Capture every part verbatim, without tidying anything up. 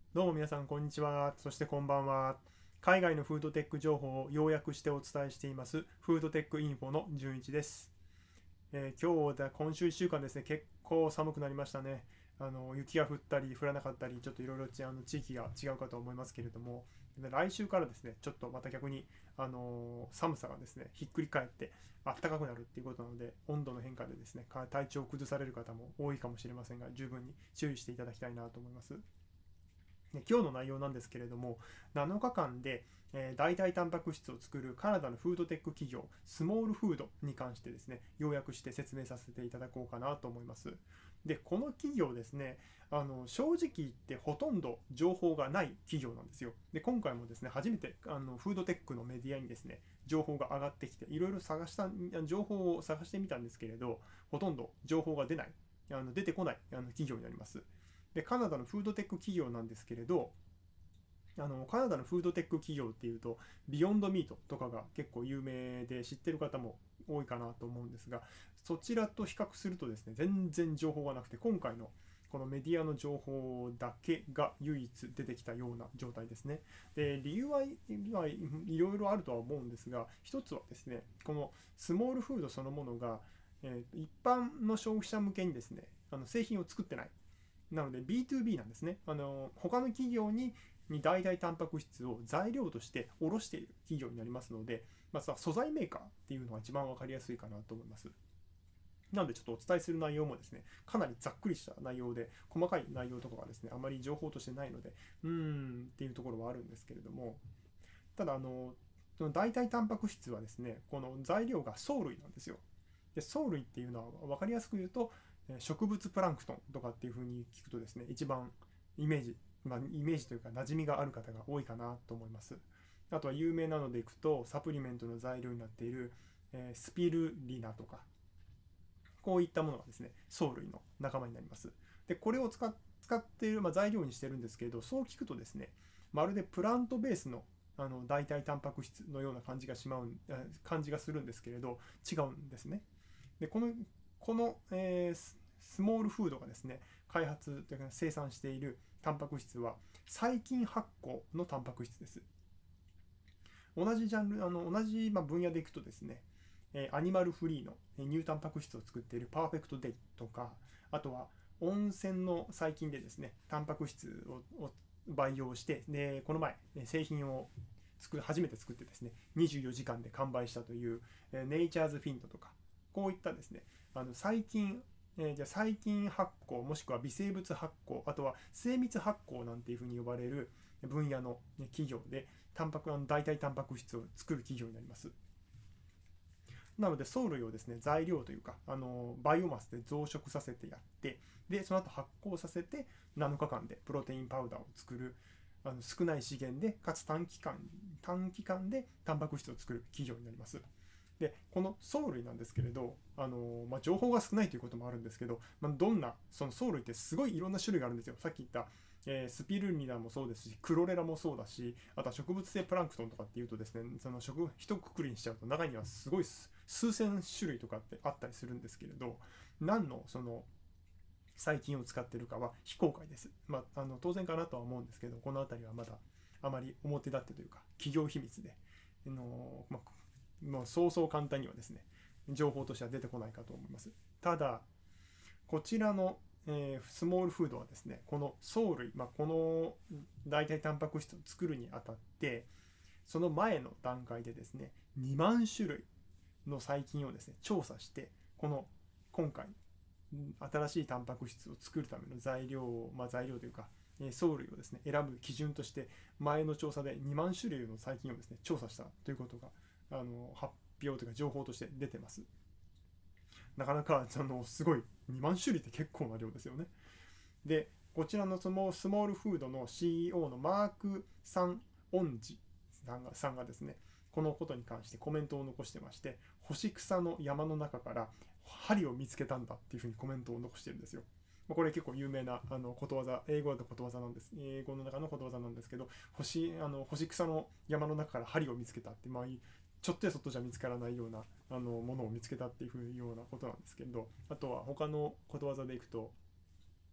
どうも皆さん、こんにちは。そしてこんばんは。海外のフードテック情報を要約してお伝えしています、フードテックインフォの順一です。えー今日だ、今週いっしゅうかんですね、結構寒くなりましたね。あの雪が降ったり降らなかったり、ちょっといろいろあの地域が違うかと思いますけれども、で来週からですね、ちょっとまた逆に、あのー寒さがですね、ひっくり返って暖かくなるっていうことなので、温度の変化でですね、体調を崩される方も多いかもしれませんが、十分に注意していただきたいなと思います。今日の内容なんですけれども、なのかかんで、えー代替タンパク質を作るカナダのフードテック企業スモールフードに関してですね、要約して説明させていただこうかなと思います。でこの企業ですね、あの正直言ってほとんど情報がない企業なんですよ。で今回もですね、初めてあのフードテックのメディアにですね、情報が上がってきて、いろいろ探した情報を探してみたんですけれど、ほとんど情報が出ないあの出てこないあの企業になります。でカナダのフードテック企業なんですけれど、あのカナダのフードテック企業っていうとビヨンドミートとかが結構有名で知ってる方も多いかなと思うんですが、そちらと比較するとですね、全然情報がなくて、今回のこのメディアの情報だけが唯一出てきたような状態ですね。で理由はいろいろあるとは思うんですが、一つはですね、このスモールフードそのものが、えー、一般の消費者向けにですね、あの製品を作ってない、なので ビーツービー なんですね。あの他の企業にに代替タンパク質を材料として卸している企業になりますので、まあ、素材メーカーっていうのが一番分かりやすいかなと思います。なのでちょっとお伝えする内容もですね、かなりざっくりした内容で、細かい内容とかがですね、あまり情報としてないので、うーんっていうところはあるんですけれども、ただあの、その代替タンパク質はですね、この材料が藻類なんですよ。で藻類っていうのは分かりやすく言うと、植物プランクトンとかっていう風に聞くとですね、一番イメージ、まあ、イメージというか馴染みがある方が多いかなと思います。あとは有名なのでいくと、サプリメントの材料になっている、えースピルリナとか、こういったものがですね、藻類の仲間になります。でこれを使使っている、まあ、材料にしてるんですけれど、そう聞くとですね、まるでプラントベースのあの代替タンパク質のような感じがしまう感じがするんですけれど、違うんですね。でこのこの、えースモールフードがですね、開発というか生産しているタンパク質は細菌発酵のタンパク質です。同じジャンル、あの同じ、まあ、分野でいくとですね、えーアニマルフリーの乳タンパク質を作っているパーフェクトデイとか、あとは温泉の細菌でですね、タンパク質をを培養して、でこの前製品を作る初めて作ってですね、にじゅうよじかんで完売したという、えーネイチャーズフィントとか、こういったですね、あの細菌、えーじゃ細菌発酵、もしくは微生物発酵、あとは精密発酵なんていうふうに呼ばれる分野の企業で、タンパク代替タンパク質を作る企業になります。なので藻類をですね、材料というか、あのバイオマスで増殖させてやって、でその後発酵させてなのかかんでプロテインパウダーを作る、あの少ない資源でかつ短期間短期間でタンパク質を作る企業になります。でこの藻類なんですけれど、あのまあ、情報が少ないということもあるんですけど、まあ、どんなその藻類ってすごいいろんな種類があるんですよ。さっき言った、えースピルニナもそうですし、クロレラもそうだし、あとは植物性プランクトンとかっていうとですね、その植一括りにしちゃうと中にはすごい数千種類とかってあったりするんですけれど、何のその細菌を使っているかは非公開です。まあ、あの当然かなとは思うんですけど、この辺りはまだあまり表立ってというか企業秘密で、あのまあ、もうそうそう簡単にはですね、情報としては出てこないかと思います。ただこちらの、えースモールフードはですね、この藻類、まあ、この代替タンパク質を作るにあたって、その前の段階でですね、にまん種類の細菌をですね、調査して、この今回、新しいタンパク質を作るための材料、まあ、材料というか、藻類をですね、選ぶ基準として、前の調査でにまん種類の細菌をですね、調査したということが、あの発表というか情報として出てます。なかなかあのすごいにまん種類って結構な量ですよね。でこちらのスモールフードの シーイーオー のマーク・サン・オンジさんがさんがですね、このことに関してコメントを残してまして、干し草の山の中から針を見つけたんだっていうふうにコメントを残してるんですよ。これ結構有名なあのことわざ、英語だとことわざなんです。英語の中のことわざなんですけど、干しあの干し草の山の中から針を見つけたって、まあ、ちょっとやそっとじゃ見つからないようなあのものを見つけたっていうようなことなんですけど、あとは他のことわざでいくと、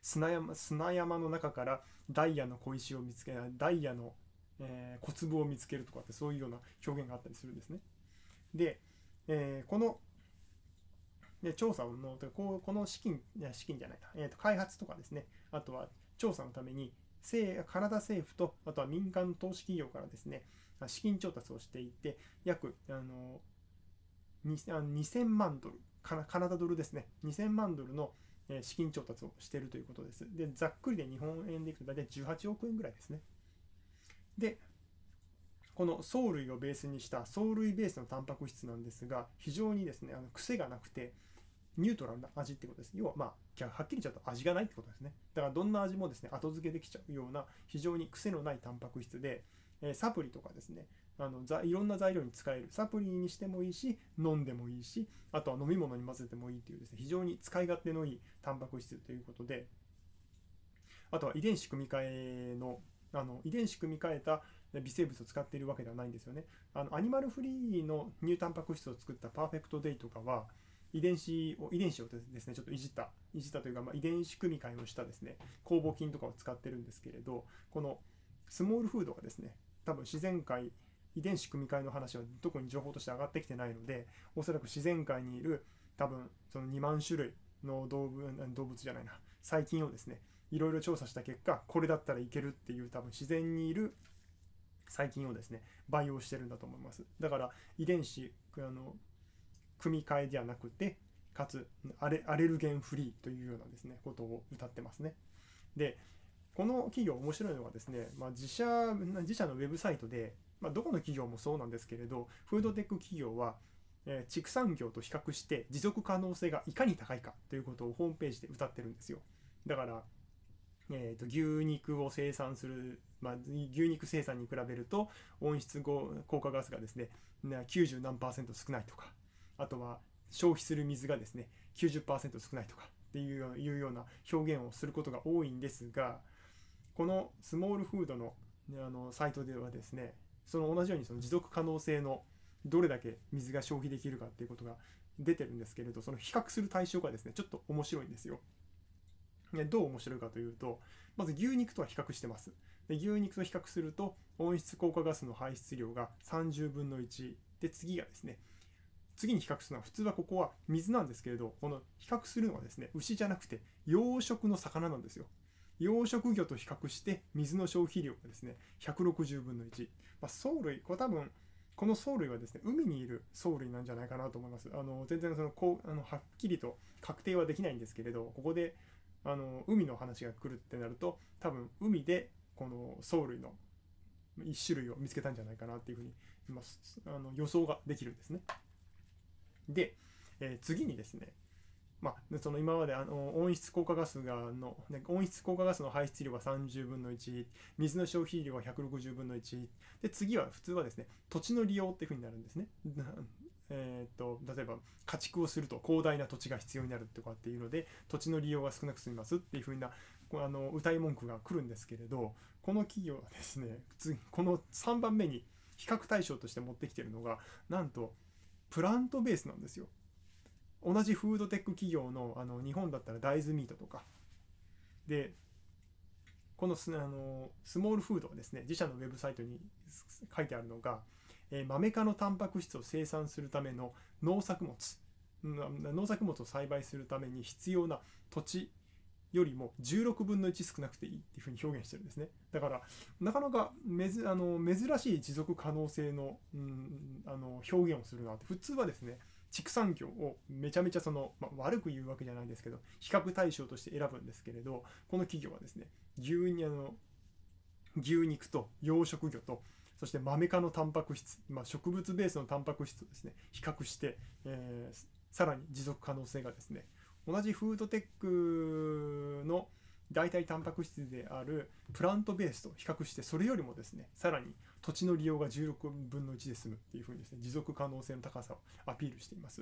砂山、砂山の中からダイヤの小石を見つけ、ダイヤの、えー、小粒を見つけるとかって、そういうような表現があったりするんですね。で、えー、こので調査のこうこの資金、いや資金じゃないな、えーと、開発とかですね、あとは調査のためにカナダ政府と、あとは民間投資企業からですね、資金調達をしていて、約あのにせんまんドル、カナダドルですね、にせんまんドルの資金調達をしているということです。で、ざっくりで日本円でいくと大体じゅうはちおくえんぐらいですね。で、この藻類をベースにした藻類ベースのタンパク質なんですが、非常にですね、あの癖がなくて、ニュートラルな味ってことです。要は、まあ、はっきり言っちゃうと味がないってことですね。だからどんな味もですね、後付けできちゃうような非常に癖のないタンパク質で、えー、サプリとかですね、あのいろんな材料に使える。サプリにしてもいいし、飲んでもいいし、あとは飲み物に混ぜてもいいというですね、非常に使い勝手のいいタンパク質ということで、あとは遺伝子組み換えの、あの遺伝子組み換えた微生物を使っているわけではないんですよね。あのアニマルフリーの乳タンパク質を作ったパーフェクトデイとかは、遺伝子を遺伝子をですねちょっといじったいじったというか、まあ、遺伝子組み換えをしたですね酵母菌とかを使ってるんですけれど、このスモールフードがですね多分自然界遺伝子組み換えの話は特に情報として上がってきてないので、おそらく自然界にいる多分そのにまん種類の動物動物じゃないな細菌をですねいろいろ調査した結果、これだったらいけるっていう多分自然にいる細菌をですね培養してるんだと思います。だから遺伝子あの組み換えではなくて、かつアレアレルゲンフリーというようなですねことを謳ってますね。で、この企業面白いのがですね、まあ、自社自社のウェブサイトで、まあ、どこの企業もそうなんですけれど、フードテック企業は、えー、畜産業と比較して持続可能性がいかに高いかということをホームページで謳ってるんですよ。だから、えー、と牛肉を生産する、まあ、牛肉生産に比べると温室効果ガスがですねきゅうじゅうなんパーセント少ないとか、あとは消費する水がですね きゅうじゅっパーセント 少ないとかっていうような表現をすることが多いんですが、このスモールフードのあのサイトではですね、その同じようにその持続可能性のどれだけ水が消費できるかっていうことが出てるんですけれど、その比較する対象がですねちょっと面白いんですよ。どう面白いかというと、まず牛肉とは比較してます。で牛肉と比較すると温室効果ガスの排出量がさんじゅうぶんのいちで、次がですね次に比較するのは、普通はここは水なんですけれど、この比較するのはですね牛じゃなくて養殖の魚なんですよ。養殖魚と比較して水の消費量がですねひゃくろくじゅうぶんのいち、まあ、藻類、これ多分この藻類はですね海にいる藻類なんじゃないかなと思います。あの全然そのこうあのはっきりと確定はできないんですけれど、ここであの海の話が来るってなると、多分海でこの藻類の一種類を見つけたんじゃないかなっていうふうに今あの予想ができるんですね。で、えー、次にですね、まあ、その今まであの温室効果ガスがの、ね、温室効果ガスの排出量がさんじゅうぶんのいち、水の消費量がひゃくろくじゅうぶんのいちで、次は普通はですね土地の利用っていうふうになるんですね。えー、と例えば家畜をすると広大な土地が必要になるとかっていうので、土地の利用が少なく済みますっていうふうなあの謳い文句が来るんですけれど、この企業はですねこのさんばんめに比較対象として持ってきているのが、なんとプラントベースなんですよ。同じフードテック企業 の, あの日本だったら大豆ミートとかで、この ス, あのスモールフードはですね自社のウェブサイトに書いてあるのが、えー、マメ科のタンパク質を生産するための農作物農作物を栽培するために必要な土地よりもじゅうろくぶんのいち少なくていいっていうふうに表現してるんですね。だからなかなかめずあの珍しい持続可能性 の,、うん、あの表現をするなって。普通はですね畜産業をめちゃめちゃその、まあ、悪く言うわけじゃないんですけど比較対象として選ぶんですけれど、この企業はですね 牛, あの牛肉と養殖魚とそしてマメ科のタンパク質、まあ、植物ベースのタンパク質をですね比較して、えー、さらに持続可能性がですね同じフードテックの代替タンパク質であるプラントベースと比較して、それよりもですねさらに土地の利用がじゅうろくぶんのいちで済むっていうふうにですね持続可能性の高さをアピールしています。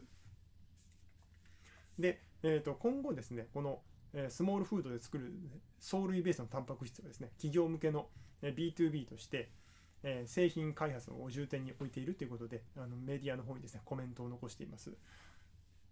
で、えー、と今後ですねこのスモールフードで作る藻類ベースのタンパク質はですね企業向けの ビーツービー として製品開発を重点に置いているということで、あのメディアの方にですねコメントを残しています。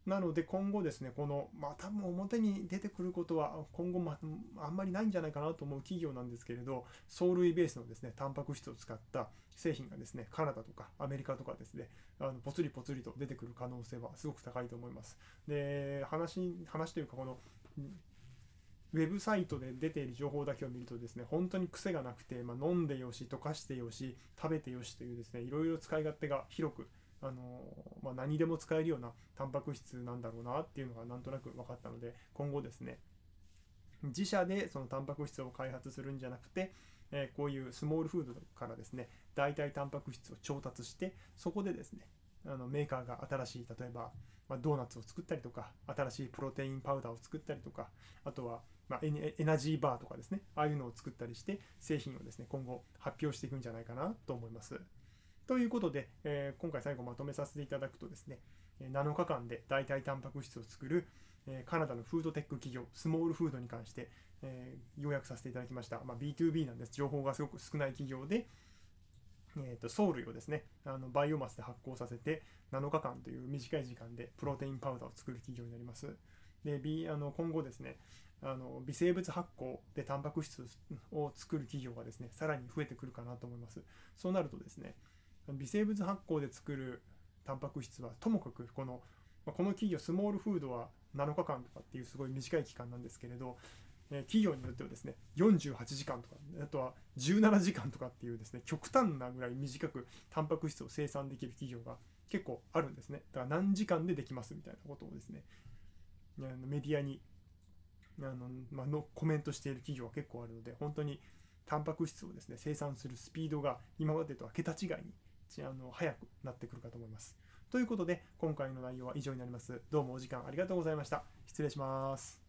なので今後ですね、この、まあ多分表に出てくることは今後、まあんまりないんじゃないかなと思う企業なんですけれど、藻類ベースのですね、タンパク質を使った製品がですね、カナダとかアメリカとかですね、あのポツリポツリと出てくる可能性はすごく高いと思います。で、話、話というかこの、ウェブサイトで出ている情報だけを見るとですね、本当に癖がなくて、まあ、飲んでよし、溶かしてよし、食べてよしというですね、いろいろ使い勝手が広く、あのまあ、何でも使えるようなタンパク質なんだろうなっていうのがなんとなく分かったので、今後ですね、自社でそのタンパク質を開発するんじゃなくて、えー、こういうスモールフードからですね、代替タンパク質を調達して、そこでですね、あのメーカーが新しい、例えば、まあ、ドーナツを作ったりとか、新しいプロテインパウダーを作ったりとか、あとは、まあ、エナジーバーとかですね、ああいうのを作ったりして、製品をですね、今後発表していくんじゃないかなと思います。ということで、えー、今回最後まとめさせていただくとですね、なのかかんで代替タンパク質を作るカナダのフードテック企業、スモールフードに関して、えー、要約させていただきました。まあ、ビーツービー なんです。情報がすごく少ない企業で、えー、と藻類をですね、あのバイオマスで発酵させてなのかかんという短い時間でプロテインパウダーを作る企業になります。で、B、あの今後ですね、あの微生物発酵でタンパク質を作る企業がですね、さらに増えてくるかなと思います。そうなるとですね、微生物発酵で作るタンパク質はともかくこのこの企業スモールフードはなのかかんとかっていうすごい短い期間なんですけれど、企業によってはですねよんじゅうはちじかんとか、あとはじゅうななじかんとかっていうですね極端なぐらい短くタンパク質を生産できる企業が結構あるんですね。だから何時間でできますみたいなことをですね、メディアにあの、まあのコメントしている企業は結構あるので、本当にタンパク質をですね生産するスピードが今までとは桁違いにあの早くなってくるかと思います。ということで今回の内容は以上になります。どうもお時間ありがとうございました。失礼します。